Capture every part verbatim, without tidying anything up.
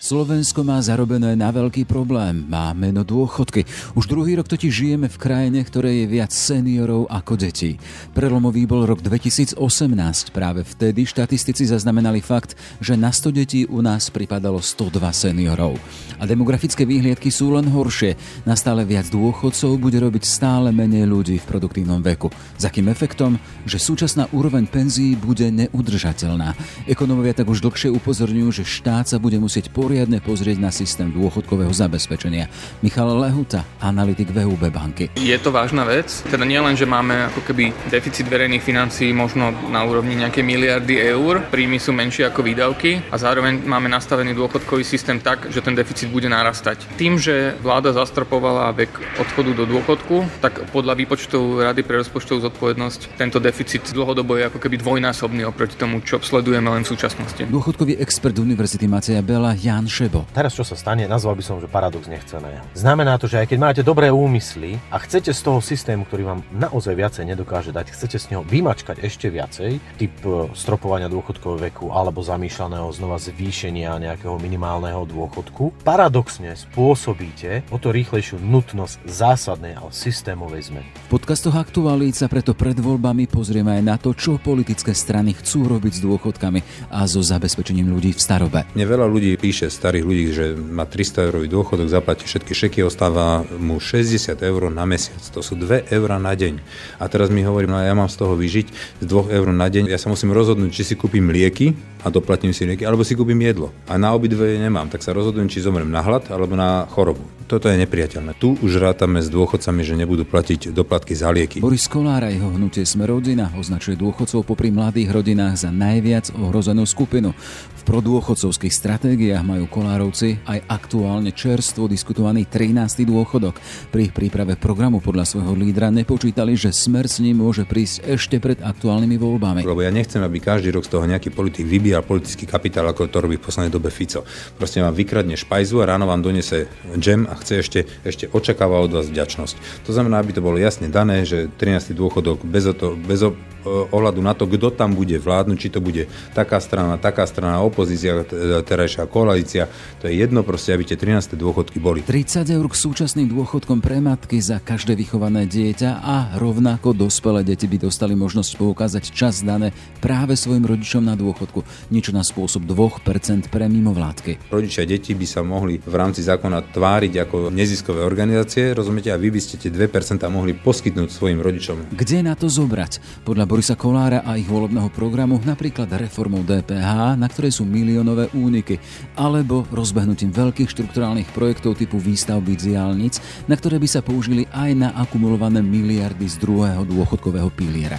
Slovensko má zarobené na veľký problém. Má meno dôchodky. Už druhý rok totiž žijeme v krajine, ktorej je viac seniorov ako detí. Prelomový bol rok dvetisícosemnásť. Práve vtedy štatistici zaznamenali fakt, že na sto detí u nás pripadalo sto dva seniorov. A demografické výhliadky sú len horšie. Na stále viac dôchodcov bude robiť stále menej ľudí v produktívnom veku. Za akým efektom? Že súčasná úroveň penzií bude neudržateľná. Ekonómovia tak už dlhšie upozorňujú, že štát sa bude musieť poriadne pozrieť na systém dôchodkového zabezpečenia. Michal Lehuta, analytik vé ú bé banky. Je to vážna vec. Teda nie len, že máme ako keby deficit verejných financií možno na úrovni nejaké miliardy eur, príjmy sú menšie ako výdavky a zároveň máme nastavený dôchodkový systém tak, že ten deficit bude narastať. Tým, že vláda zastropovala vek odchodu do dôchodku, tak podľa výpočtov Rady pre rozpočtovú zodpovednosť tento deficit dlhodobo je ako keby dvojnásobný oproti tomu, čo sledujeme len v súčasnosti. Dôchodkový expert Univerzity Mateja Bela Ján Šebo. Teraz čo sa stane, nazval by som, že paradox nechcené. Znamená to, že aj keď máte dobré úmysly a chcete z toho systému, ktorý vám naozaj viacej nedokáže dať, chcete z neho vymačkať ešte viacej, typ stropovania dôchodkového veku alebo zamýšľaného znova zvýšenia nejakého minimálneho dôchodku, paradoxne spôsobíte o to rýchlejšiu nutnosť zásadnej a systémovej zmeny. V podcastoch Aktualít sa preto pred voľbami pozrieme aj na to, čo politické strany chcú robiť s dôchodkami a so zabezpečením ľudí v starobe. Mne veľa ľudí píše, starých ľudí, že má tristo eurový dôchodok, zaplatí všetky šeky, ostáva mu šesťdesiat eur na mesiac. To sú dve eurá na deň. A teraz mi hovorím, no ja mám z toho vyžiť z dvoch eur na deň. Ja sa musím rozhodnúť, či si kúpim lieky a doplatím si lieky, alebo si kúpim jedlo. A na obidve nemám, tak sa rozhodujem, či zomrem na hlad alebo na chorobu. Toto je nepriateľné. Tu už rátame s dôchodcami, že nebudú platiť doplatky za lieky. Boris Kolár a jeho hnutie Sme rodina označuje dôchodcov popri mladých rodinách za najviac ohrozenú skupinu. V prodôchodcovských stratégiách majú Kolárovci aj aktuálne čerstvo diskutovaný trinásty dôchodok. Pri príprave programu podľa svojho lídra nepočítali, že Smer s ním môže prísť ešte pred aktuálnymi voľbami. Lebo ja nechcem, aby každý rok z toho nejaký politik vybíjal politický kapitál, ako to robí v poslednej dobe Fico. Proste vám vykradne špajzu a ráno vám donese džem a chce ešte, ešte očakáva od vás vďačnosť. To znamená, aby to bolo jasne dané, že trinásty dôchodok bez, to, bez ohľadu na to, kto tam bude vládnuť, či to bude taká strana, taká strana, opozícia, terajšia koalícia, to je jedno proste, aby tie trináste dôchodky boli. tridsať eur k súčasným dôchodkom pre matky za každé vychované dieťa a rovnako dospelé deti by dostali možnosť poukázať čas dané práve svojim rodičom na dôchodku. Niečo na spôsob dva percentá pre mimovládky. Rodičia deti by sa mohli v rámci zákona tváriť ako neziskové organizácie, rozumiete, a vy by ste tie dve percentá mohli poskytnúť svojim rodičom. Kde na to zobrať? Podľa Borisa Kolára a ich volebného programu napríklad reformou dé pé há, na ktorej sú miliónové úniky, alebo rozbehnutím veľkých štrukturálnych projektov typu výstavby diaľnic, na ktoré by sa použili aj na akumulované miliardy z druhého dôchodkového piliera.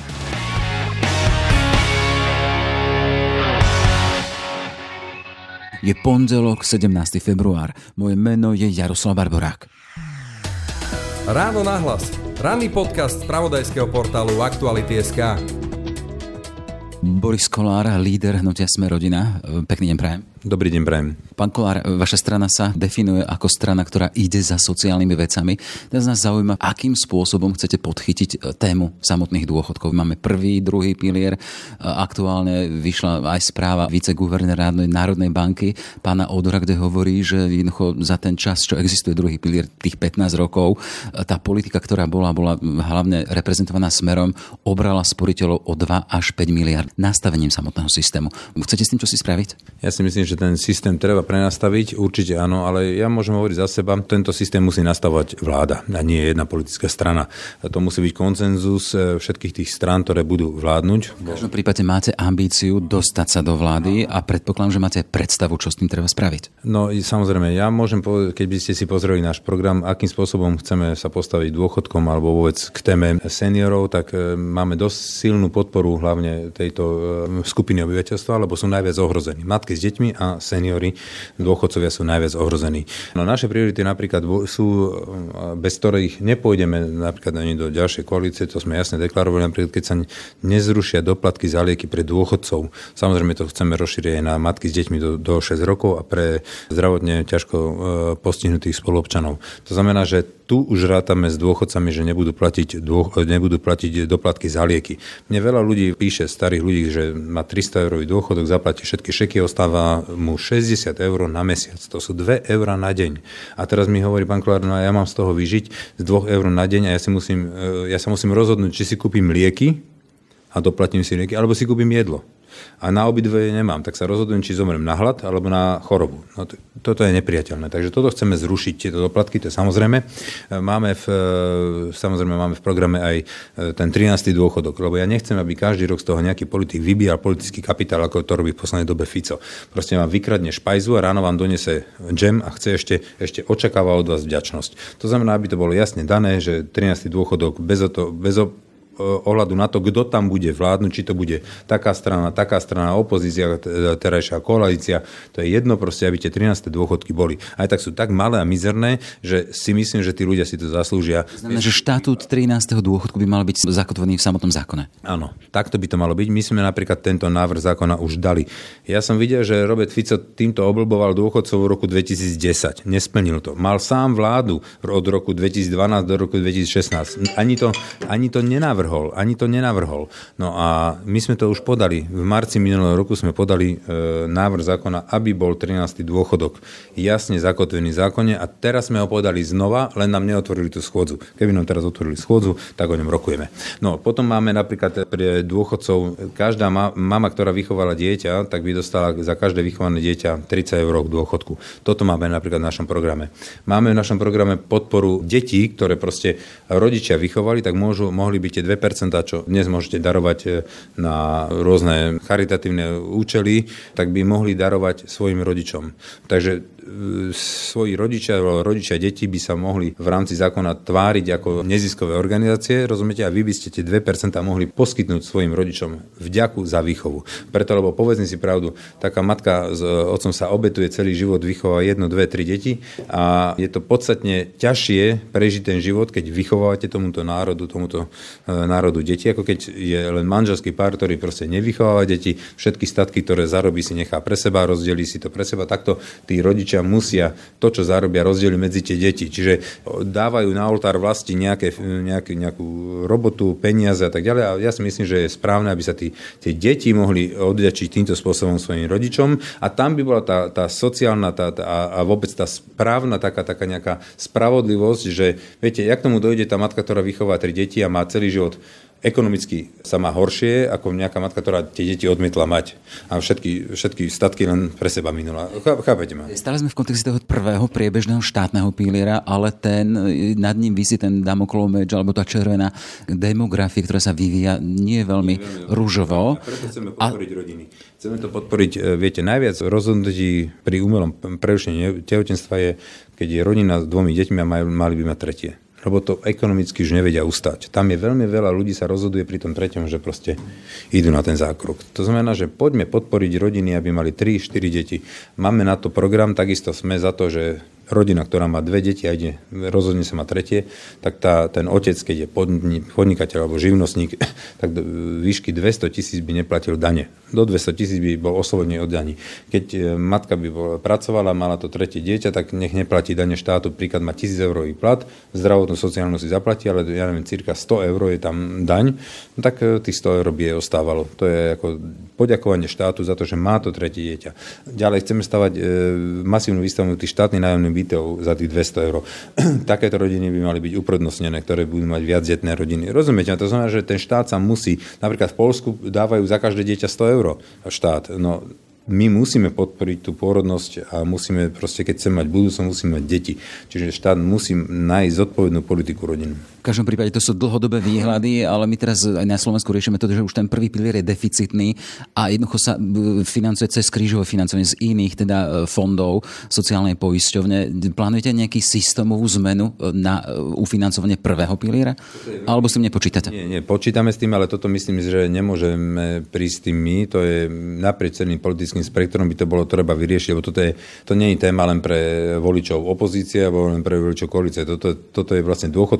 Je pondelok, sedemnásteho február. Moje meno je Jaroslav Barborák. Ráno nahlas. Ranný podcast z spravodajského portálu Aktuality bodka es ká. Boris Kolár, líder hnutia Sme rodina. Pekný deň prajem. Dobrý deň, prajem. Pán Kolár, vaša strana sa definuje ako strana, ktorá ide za sociálnymi vecami. Teraz nás zaujíma, akým spôsobom chcete podchytiť tému samotných dôchodkov. Máme prvý, druhý pilier. Aktuálne vyšla aj správa viceguvernéra Národnej banky, pána Odora, kde hovorí, že jednoducho za ten čas, čo existuje druhý pilier, tých pätnásť rokov, tá politika, ktorá bola, bola hlavne reprezentovaná Smerom, obrala sporiteľov o dva až päť miliárd nastavením samotného systému. Chcete s tým čo si spraviť? Ja si myslím, že ten systém treba prenastaviť, určite áno, ale ja môžem hovoriť za seba, tento systém musí nastavovať vláda a nie jedna politická strana. To musí byť konsenzus všetkých tých strán, ktoré budú vládnuť. V každom prípade máte ambíciu dostať sa do vlády a predpokladám, že máte predstavu, čo s tým treba spraviť. No samozrejme, ja môžem povedať, keď by ste si pozreli náš program, akým spôsobom chceme sa postaviť dôchodkom alebo vôbec k téme seniorov, tak máme dosť silnú podporu hlavne tejto skupiny obyvateľstva, lebo sú najviac ohrození. Matky s deťmi a seniori, dôchodcovia sú najviac ohrození. No naše priority napríklad sú, bez ktorých nepôjdeme napríklad ani do ďalšej koalície, to sme jasne deklarovali, napríklad keď sa nezrušia doplatky za lieky pre dôchodcov. Samozrejme to chceme rozšíriť aj na matky s deťmi do, do šesť rokov a pre zdravotne ťažko postihnutých spoluobčanov. To znamená, že tu už rátame s dôchodcami, že nebudú platiť, dô, nebudú platiť doplatky za lieky. Mne veľa ľudí píše, starých ľudí, že má tristo eurový dôchodok, zaplatí všetky šeky, ostáva mu šesťdesiat eur na mesiac. To sú dve eurá na deň. A teraz mi hovorí pán Kollár, no ja mám z toho vyžiť z dvoch eur na deň a ja, si musím, ja sa musím rozhodnúť, či si kúpim lieky a doplatím si lieky, alebo si kúpim jedlo. A na obidve nemám, tak sa rozhodujem, či zomrem na hlad alebo na chorobu. No to, toto je nepriateľné. Takže toto chceme zrušiť, tieto doplatky, to je samozrejme. Máme v, samozrejme máme v programe aj ten trinásty dôchodok, lebo ja nechcem, aby každý rok z toho nejaký politik vybíjal politický kapitál, ako to robí v poslednej dobe Fico. Proste vám vykradne špajzu a ráno vám donese džem a chce ešte, ešte očakáva od vás vďačnosť. To znamená, aby to bolo jasne dané, že trinásty dôchodok bez, to, bez ohľadu na to, kto tam bude vládnuť, či to bude taká strana, taká strana, opozícia, terajšia koalícia, to je jedno proste, aby tie trináste dôchodky boli. Aj tak sú tak malé a mizerné, že si myslím, že tí ľudia si to zaslúžia. Znamená, že štatút trinásteho dôchodku by mal byť zakotvený v samotnom zákone. Áno, takto by to malo byť. My sme napríklad tento návrh zákona už dali. Ja som videl, že Robert Fico týmto obľúboval dôchodcov v roku dvetisícdesať. Nesplnil to. Mal sám vládu od roku dvetisícdvanásť do roku dvetisícšestnásť. Ani to, ani to nenavrhol. Ani to nenavrhol. No a my sme to už podali. V marci minulého roku sme podali e, návrh zákona, aby bol trinásty dôchodok jasne zakotvený v zákone a teraz sme ho podali znova, len nám neotvorili tú schôdzu. Keby nám teraz otvorili schôdzu, tak o ňom rokujeme. No potom máme napríklad pre dôchodcov, každá ma, mama, ktorá vychovala dieťa, tak by dostala za každé vychované dieťa tridsať eur k dôchodku. Toto máme napríklad v našom programe. Máme v našom programe podporu detí, ktoré proste rodičia vychovali, tak môžu, mohli byť tie dve percentá, čo dnes môžete darovať na rôzne charitatívne účely, tak by mohli darovať svojim rodičom. Takže svoji rodičia, rodičia detí by sa mohli v rámci zákona tváriť ako neziskové organizácie, rozumiete, a vy by ste tie dve percentá mohli poskytnúť svojim rodičom vďaku za výchovu. Preto, lebo povedzme si pravdu, taká matka s otcom sa obetuje celý život, vychová jedno, dve, tri deti a je to podstatne ťažšie prežiť ten život, keď vychovávate tomuto národu, tomuto národu deti, ako keď je len manželský pár, ktorý proste nevychováva deti, všetky statky, ktoré zarobí, si nechá pre seba, rozdelí si to pre seba, takto tí rodičia musia to, čo zarobia, rozdeliť medzi tie deti. Čiže dávajú na oltár vlasti nejaké, nejaké, nejakú robotu, peniaze a tak ďalej. A ja si myslím, že je správne, aby sa tí, tie deti mohli odďačiť týmto spôsobom svojim rodičom a tam by bola tá, tá sociálna tá, tá, a vôbec tá správna taká, taká nejaká spravodlivosť, že viete, jak tomu dojde tá matka, ktorá vychová tri deti a má celý život ekonomicky sa má horšie ako nejaká matka, ktorá tie deti odmietla mať a všetky, všetky statky len pre seba minula. Chápete ma? Stále sme v kontexte toho prvého priebežného štátneho piliera, ale ten, nad ním visí ten Damoklov meč, alebo tá červená demografia, ktorá sa vyvíja nie veľmi, nie veľmi rúžovo. A preto chceme podporiť a... rodiny. Chceme to podporiť, viete, najviac rozhodnutí pri umelom prerušení tehotenstva je, keď je rodina s dvomi deťmi a mali by mať tretie. Lebo to ekonomicky už nevedia ustať. Tam je veľmi veľa ľudí sa rozhoduje pri tom treťom, že proste idú na ten zákrok. To znamená, že poďme podporiť rodiny, aby mali tri štyri deti. Máme na to program, takisto sme za to, že rodina, ktorá má dve deti a ide, rozhodne sa má tretie, tak tá, ten otec, keď je podnikateľ alebo živnostník, tak do výšky dvesto tisíc by neplatil dane. Do dvesto tisíc by bol oslobodený od daní. Keď matka by bola, pracovala, mala to tretie dieťa, tak nech neplatí dane štátu, príklad má tisíc eurový plat, zdravotnú sociálnu si zaplatí, ale ja neviem, cirka sto eur je tam daň, no tak tých sto eur by jej ostávalo. To je ako poďakovanie štátu za to, že má to tretie dieťa. Ďalej chceme stavať e, masívnu výstavbu tých štátnych nájomných bytov za tých dvesto eur. Takéto rodiny by mali byť uprednostnené, ktoré budú mať viacdetné rodiny. Rozumiete? To znamená, že ten štát sa musí, napríklad v Poľsku dávajú za každé dieťa sto eur štát. No, my musíme podporiť tú pôrodnosť a musíme proste, keď chceme mať budúcnosť, musíme mať deti. Čiže štát musí nájsť zodpovednú politiku rodín. V každom prípade to sú dlhodobé výhľady, ale my teraz aj na Slovensku riešime to, že už ten prvý pilier je deficitný a jednoducho sa financuje cez krížové financovanie z iných teda fondov sociálnej poisťovne. Plánujete nejaký systémovú zmenu na ufinancovanie prvého piliera? Alebo s tým nepočítate? Nie, nie, počítame s tým, ale toto myslím, že nemôžeme prísť tým my. To je naprieč celým politickým spektrom by to bolo treba vyriešiť, lebo toto je, to nie je téma len pre voličov opozície alebo len pre voličov koalície. Toto, toto je vlastne dôchodkový systém,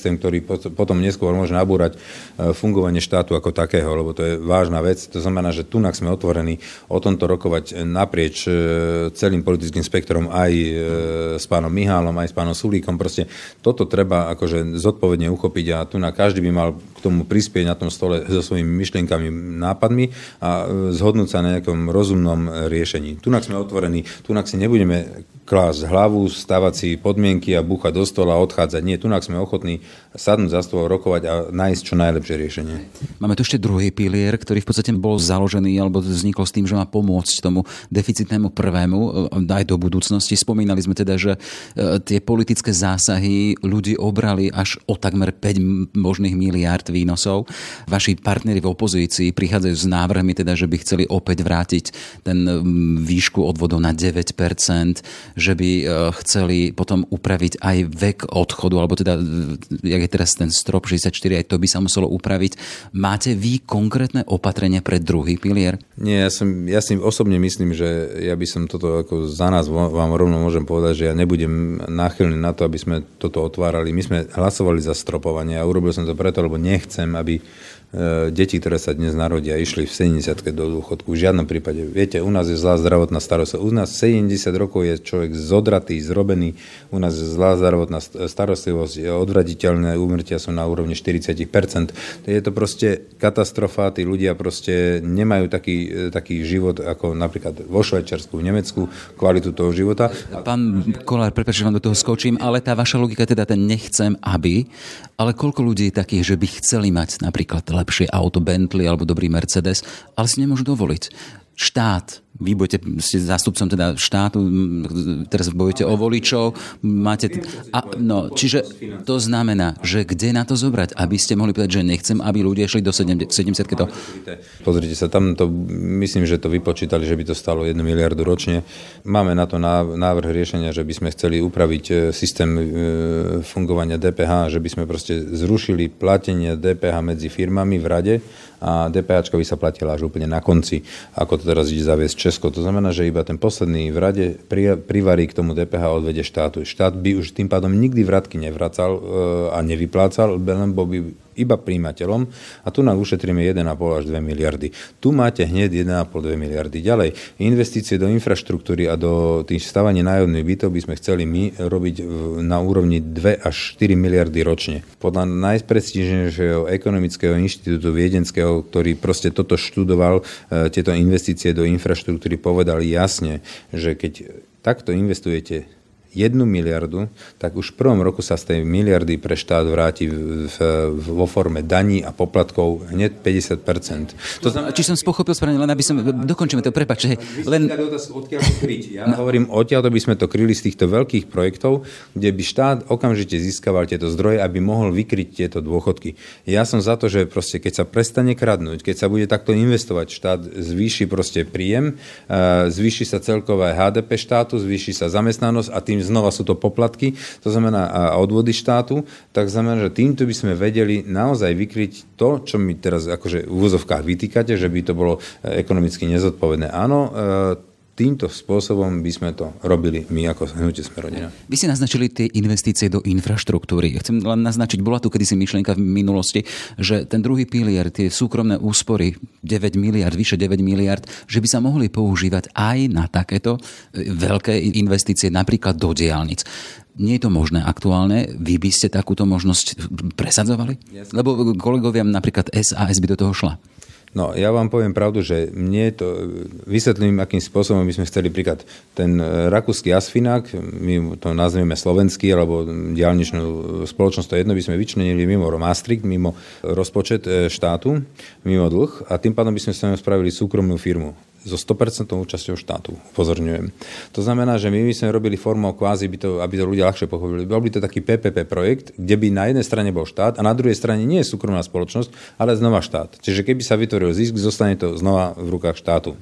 systém, ktorý potom neskôr môže nabúrať fungovanie štátu ako takého, lebo to je vážna vec. To znamená, že tunak sme otvorení o tomto rokovať naprieč celým politickým spektrom, aj s pánom Mihálom, aj s pánom Sulíkom. Proste toto treba akože zodpovedne uchopiť a tunak každý by mal k tomu prispieť na tom stole so svojimi myšlienkami, nápadmi a zhodnúť sa na nejakom rozumnom riešení. Tunak sme otvorení, tunak si nebudeme klásť hlavu, stavať si podmienky a búchať do stola a odchádzať. Nie, tunak sme ochotní sadnúť za stôl, rokovať a nájsť čo najlepšie riešenie. Máme tu ešte druhý pilier, ktorý v podstate bol založený alebo vznikol s tým, že má pomôcť tomu deficitnému prvému aj do budúcnosti. Spomínali sme teda, že tie politické zásahy ľudí obrali až o takmer päť možných miliárd výnosov. Vaši partneri v opozícii prichádzajú s návrhmi, teda, že by chceli opäť vrátiť ten výšku odvodov na deväť percent, že by chceli potom upraviť aj vek odchodu, alebo teda, jak je teraz ten strop šesťdesiatštyri, aj to by sa muselo upraviť. Máte vy konkrétne opatrenia pre druhý pilier? Nie, ja, som, ja si osobne myslím, že ja by som toto ako za nás vám rovno môžem povedať, že ja nebudem náchylný na to, aby sme toto otvárali. My sme hlasovali za stropovanie a urobil som to preto, lebo nechcem, aby deti, ktoré sa dnes narodia, išli v sedemdesiatke do dôchodku. V žiadnom prípade. Viete, u nás je zlá zdravotná starostlivosť. U nás sedemdesiat rokov je človek zodratý, zrobený. U nás je zlá zdravotná starostlivosť. Odvratiteľné úmrtia sú na úrovni štyridsať percent. Je to proste katastrofa. Tí ľudia proste nemajú taký, taký život ako napríklad vo Švajčiarsku, v Nemecku, kvalitu toho života. Pán Kollár, prepáč, že vám do toho skočím, ale tá vaša logika teda ten nechcem, aby, ale koľko ľudí je takých, že by chceli mať napríklad lepšie auto Bentley alebo dobrý Mercedes, ale si nemôžu dovoliť. Štát, vy budete ste zástupcom teda štátu, teraz bojujete o voličov, máte... A, no, čiže to znamená, že kde na to zobrať, aby ste mohli povedať, že nechcem, aby ľudia šli do sedemdesiatky. To... Pozrite sa, tam to, myslím, že to vypočítali, že by to stalo jednu miliardu ročne. Máme na to návrh riešenia, že by sme chceli upraviť systém fungovania dé pé há, že by sme proste zrušili platenie dé pé há medzi firmami v rade a DPHčka by sa platila až úplne na konci, ako to teraz ide zaviesť Česko. To znamená, že iba ten posledný v rade privarí k tomu dé pé há odvede štátu. Štát by už tým pádom nikdy vratky nevracal a nevyplácal, len by iba príjimateľom a tu nám ušetríme jeden a pol až dve miliardy. Tu máte hneď jeden a pol až dve miliardy. Ďalej, investície do infraštruktúry a do tých stavania nájomných bytov by sme chceli my robiť na úrovni dve až štyri miliardy ročne. Podľa najprestížnejšieho ekonomického inštitútu viedenského, ktorý proste toto študoval, tieto investície do infraštruktúry, povedali jasne, že keď takto investujete jednu miliardu, tak už v prvom roku sa z tej miliardy pre štát vráti v, v, vo forme daní a poplatkov hneď päťdesiat percent. To znamená... Či som spochopil správne, len aby som... Dokončíme to, prepáč. Len... Odkiaľ to kryť. Ja no. hovorím, odtiaľ to by sme to kryli z týchto veľkých projektov, kde by štát okamžite získaval tieto zdroje, aby mohol vykryť tieto dôchodky. Ja som za to, že proste keď sa prestane kradnúť, keď sa bude takto investovať, štát zvýši proste príjem, zvýši sa celkové há dé pé štátu, zvýši sa zamestnanosť a tým znova sú to poplatky, to znamená a odvody štátu, tak znamená, že týmto by sme vedeli naozaj vykryť to, čo mi teraz akože v úvozovkách vytýkate, že by to bolo ekonomicky nezodpovedné. Áno, týmto spôsobom by sme to robili my ako hnutie Sme rodina. Vy ste naznačili tie investície do infraštruktúry. Chcem len naznačiť, bola tu kedysi myšlienka v minulosti, že ten druhý pilier, tie súkromné úspory, deväť miliárd, vyše deväť miliárd, že by sa mohli používať aj na takéto veľké investície, napríklad do diaľnic. Nie je to možné aktuálne? Vy by ste takúto možnosť presadzovali? Yes. Lebo kolegovia napríklad es a es by do toho šla. No, ja vám poviem pravdu, že mne to, vysvetlím, akým spôsobom by sme chceli príklad. Ten rakúsky Asfinag, my to nazvieme slovenský, alebo diaľničnú spoločnosť, to jedno by sme vyčlenili mimo Maastricht, mimo rozpočet štátu, mimo dlh a tým pádom by sme sa spravili súkromnú firmu so sto percent účasťou štátu, upozorňujem. To znamená, že my by sme robili formou kvázi, by to, aby to ľudia ľahšie pochopili. Bol by to taký pé pé pé projekt, kde by na jednej strane bol štát a na druhej strane nie je súkromná spoločnosť, ale znova štát. Čiže keby sa vytvoril zisk, zostane to znova v rukách štátu.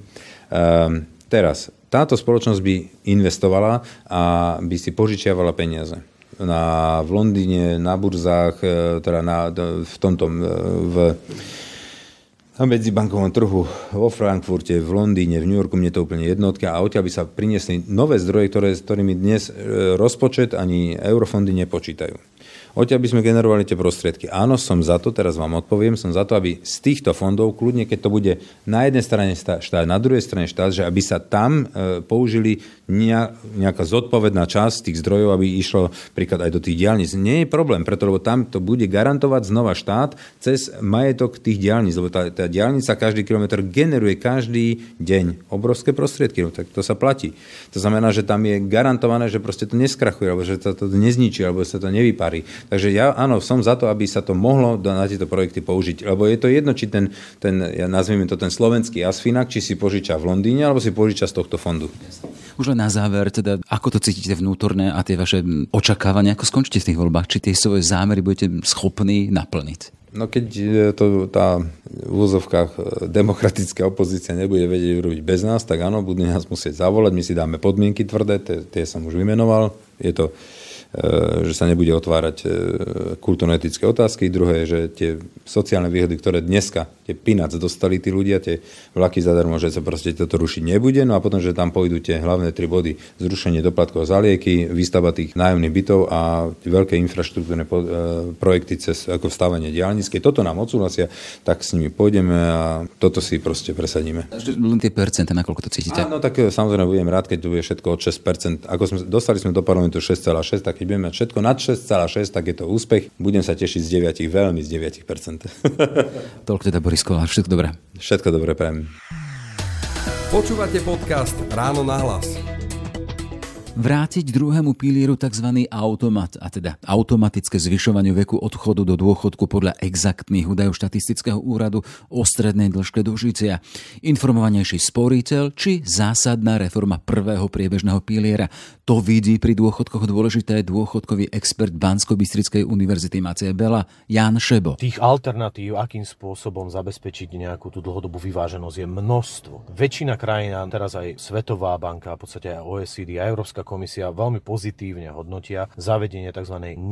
Ehm, teraz, táto spoločnosť by investovala a by si požičiavala peniaze. Na, v Londýne, na burzách, teda na, v tomto... v na medzibankovom trhu vo Frankfurte, v Londýne, v New Yorku, mne to úplne jednotka a odtiaľ by sa priniesli nové zdroje, ktoré, s ktorými dnes rozpočet ani eurofondy nepočítajú. odtiaľ by sme generovali tie prostriedky. Áno, som za to, teraz vám odpoviem, som za to, aby z týchto fondov, kľudne keď to bude na jednej strane štát, na druhej strane štát, že aby sa tam e, použili nejaká zodpovedná časť tých zdrojov, aby išlo príklad aj do tých diaľnic. Nie je problém, preto lebo tam to bude garantovať znova štát cez majetok tých diaľnic, lebo tá, tá diaľnica každý kilometr generuje každý deň obrovské prostriedky, no, tak to sa platí. To znamená, že tam je garantované, že proste to neskrachuje, alebo že sa to nezničí, alebo sa to nevyparí. Takže ja áno, som za to, aby sa to mohlo na tieto projekty použiť, lebo je to jedno, či ten, ten ja nazvime to ten slovenský Asfinag, či si požiča v Londýne, alebo si požiča z tohto fondu. Už len na záver, teda, ako to cítite vnútorné a tie vaše očakávania, ako skončíte v tých voľbách, či tie svoje zámery budete schopní naplniť? No keď to, tá v úzovkách demokratická opozícia nebude vedieť urobiť bez nás, tak áno, budú nás musieť zavolať, my si dáme podmienky tvrdé, tie, tie som už vymenoval. Je to, že sa nebude otvárať kultúrno-etické otázky. Druhé je, že tie sociálne výhody, ktoré dneska, tie pinac dostali tí ľudia, tie vlaky zadarmo, že sa proste toto rušiť nebude. No a potom, že tam pôjdu tie hlavné tri body, zrušenie doplatkov za lieky, výstavba tých nájomných bytov a veľké infraštruktúrne projekty cez ako vstávanie diaľnic. Keď toto nám odsúhlasia, tak s nimi pôjdeme a toto si proste presadíme. Len tie percentá, nakoľko to cítite? Áno, tak samozrejme budem rád, keď to bude všetko od šesť percent. Ako sme, dostali sme do parlamentu šesť celá šesť, tak keď budeme mať všetko nad šesť celá šesť, tak je to úspech. Budem sa tešiť z deväť, veľmi z deväť percent. Toľko teda Boris Kolář, všetko dobré. Všetko dobré prajem. Počúvate podcast Ráno na hlas. Vrátiť druhému pilieru tzv. Automat, a teda automatické zvyšovanie veku odchodu do dôchodku podľa exaktných údajov štatistického úradu o strednej dĺžke dožitia. Informovanejší sporiteľ či zásadná reforma prvého priebežného piliera. To vidí pri dôchodkoch dôležité dôchodkový expert Banskobystrickej univerzity Macie Bela Ján Šebo. Tých alternatív, akým spôsobom zabezpečiť nejakú tú dlhodobú vyváženosť, je množstvo. Väčšina krajín, teraz aj Svetová banka, v podstate aj O E C D a Európska komisia veľmi pozitívne hodnotia zavedenie tzv.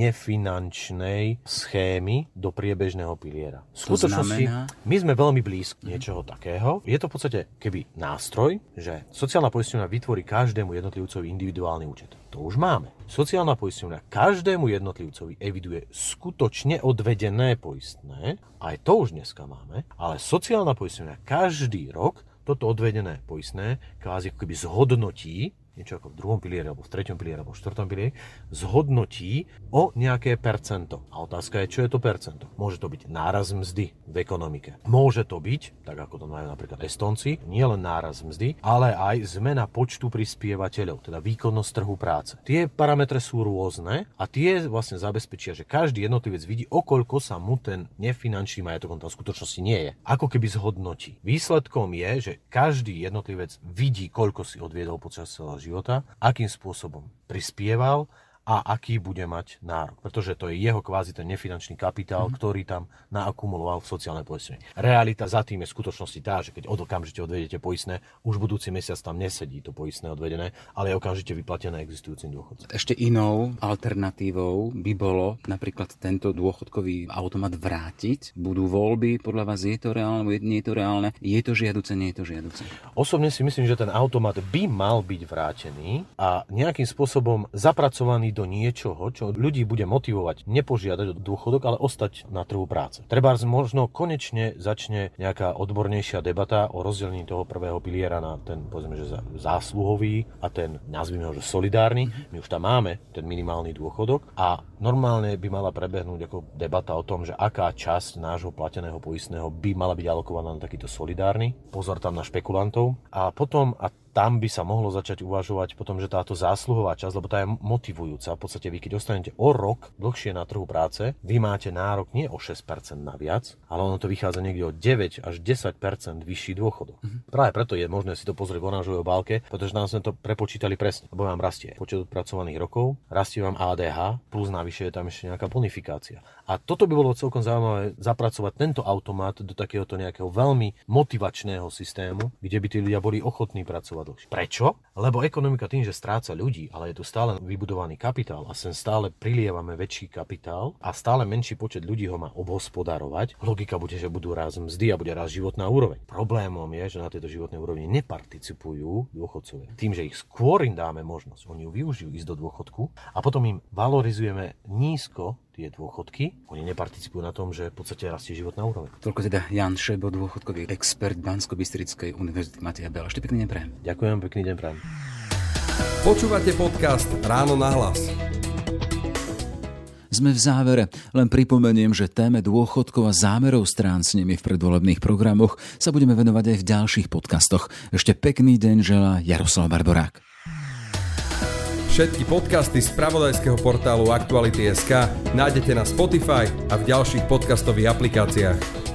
Nefinančnej schémy do priebežného piliera. V skutočnosti znamená... my sme veľmi blízko niečoho takého. Je to v podstate keby nástroj, že sociálna poisťovňa vytvorí každému jednotlivcovi individuálny účet. To už máme. Sociálna poisťovňa každému jednotlivcovi eviduje skutočne odvedené poistné, aj to už dneska máme, ale sociálna poisťovňa každý rok toto odvedené poistné kvázi keby zhodnotí, niečo ako v druhom pilieri, alebo v treťom pilieri, alebo v štvrtom pilieri, zhodnotí o nejaké percento. A otázka je, čo je to percento. Môže to byť náraz mzdy v ekonomike. Môže to byť, tak ako to majú napríklad Estonci, nie len náraz mzdy, ale aj zmena počtu prispievateľov, teda výkonnosť trhu práce. Tie parametre sú rôzne a tie vlastne zabezpečia, že každý jednotlivec vidí, okoľko sa mu ten nefinančný majetok, on tam v skutočnosti nie je, ako keby zhodnotí. Výsledkom je, že každý jednotlivec vidí, koľko si odviedol počas celého života, akým spôsobom prispieval a aký bude mať nárok. Pretože to je jeho kvázi ten nefinančný kapitál, mm. ktorý tam naakumuloval v sociálnej poistení. Realita za tým je v skutočnosti tá, že keď od okamžite odvedete poistné, už budúci mesiac tam nesedí to poistné odvedené, ale je okamžite vyplatené existujúcim dôchodcom. Ešte inou alternatívou by bolo napríklad tento dôchodkový automat vrátiť. Budú voľby, podľa vás je to reálne, alebo nie je to reálne? Je to žiaduce, nie je to žiaduce? Osobne si myslím, že ten automat by mal byť vrátený a nejakým spôsobom zapracovaný do niečoho, čo ľudí bude motivovať nepožiadať o dôchodok, ale ostať na trhu práce. Trebárs možno konečne začne nejaká odbornejšia debata o rozdelení toho prvého piliera na ten, povedzme, že zásluhový a ten, nazvime ho, že solidárny. My už tam máme ten minimálny dôchodok a normálne by mala prebehnúť ako debata o tom, že aká časť nášho plateného poistného by mala byť alokovaná na takýto solidárny. Pozor tam na špekulantov. A potom, a tam by sa mohlo začať uvažovať potom, že táto zásluhová časť, lebo tá je motivujúca. V podstate vy, keď ostanete o rok dlhšie na trhu práce, vy máte nárok nie o šesť percent naviac, ale ono to vychádza niekde o deväť až desať percent vyšší dôchodok. Mm-hmm. Práve preto je možné si to pozrieť v oranžovej obálke, pretože nám sme to prepočítali presne. Lebo vám rastie počet odpracovaných rokov, rastie vám á dé há, plus navyše je tam ešte nejaká bonifikácia. A toto by bolo celkom zaujímavé zapracovať tento automat do takéhoto nejakého veľmi motivačného systému, kde by tí ľudia boli ochotní pracovať dlhšie. Prečo? Lebo ekonomika tým, že stráca ľudí, ale je tu stále vybudovaný kapitál a sem stále prilievame väčší kapitál a stále menší počet ľudí ho má obhospodarovať, logika bude, že budú rásť mzdy a bude rásť životná úroveň. Problémom je, že na tejto životnej úrovni neparticipujú dôchodcovia. Tým, že ich skôr im dáme možnosť, oni ju využijú ísť do dôchodku a potom im valorizujeme nízko tie dôchodky. Oni neparticipujú na tom, že v podstate rastie životná úroveň. Toľko teda Jan Šebo, dôchodkový expert Banskobystrickej univerzity Mateja Bela. Ešte pekný deň prajem. Ďakujem, pekný deň prajem. Počúvate podcast Ráno na hlas. Sme v závere. Len pripomeniem, že téme dôchodkov a zámerov strán s nimi v predvolebných programoch sa budeme venovať aj v ďalších podcastoch. Ešte pekný deň želá Jaroslav Barborák. Všetky podcasty z spravodajského portálu Aktuality bodka es ká nájdete na Spotify a v ďalších podcastových aplikáciách.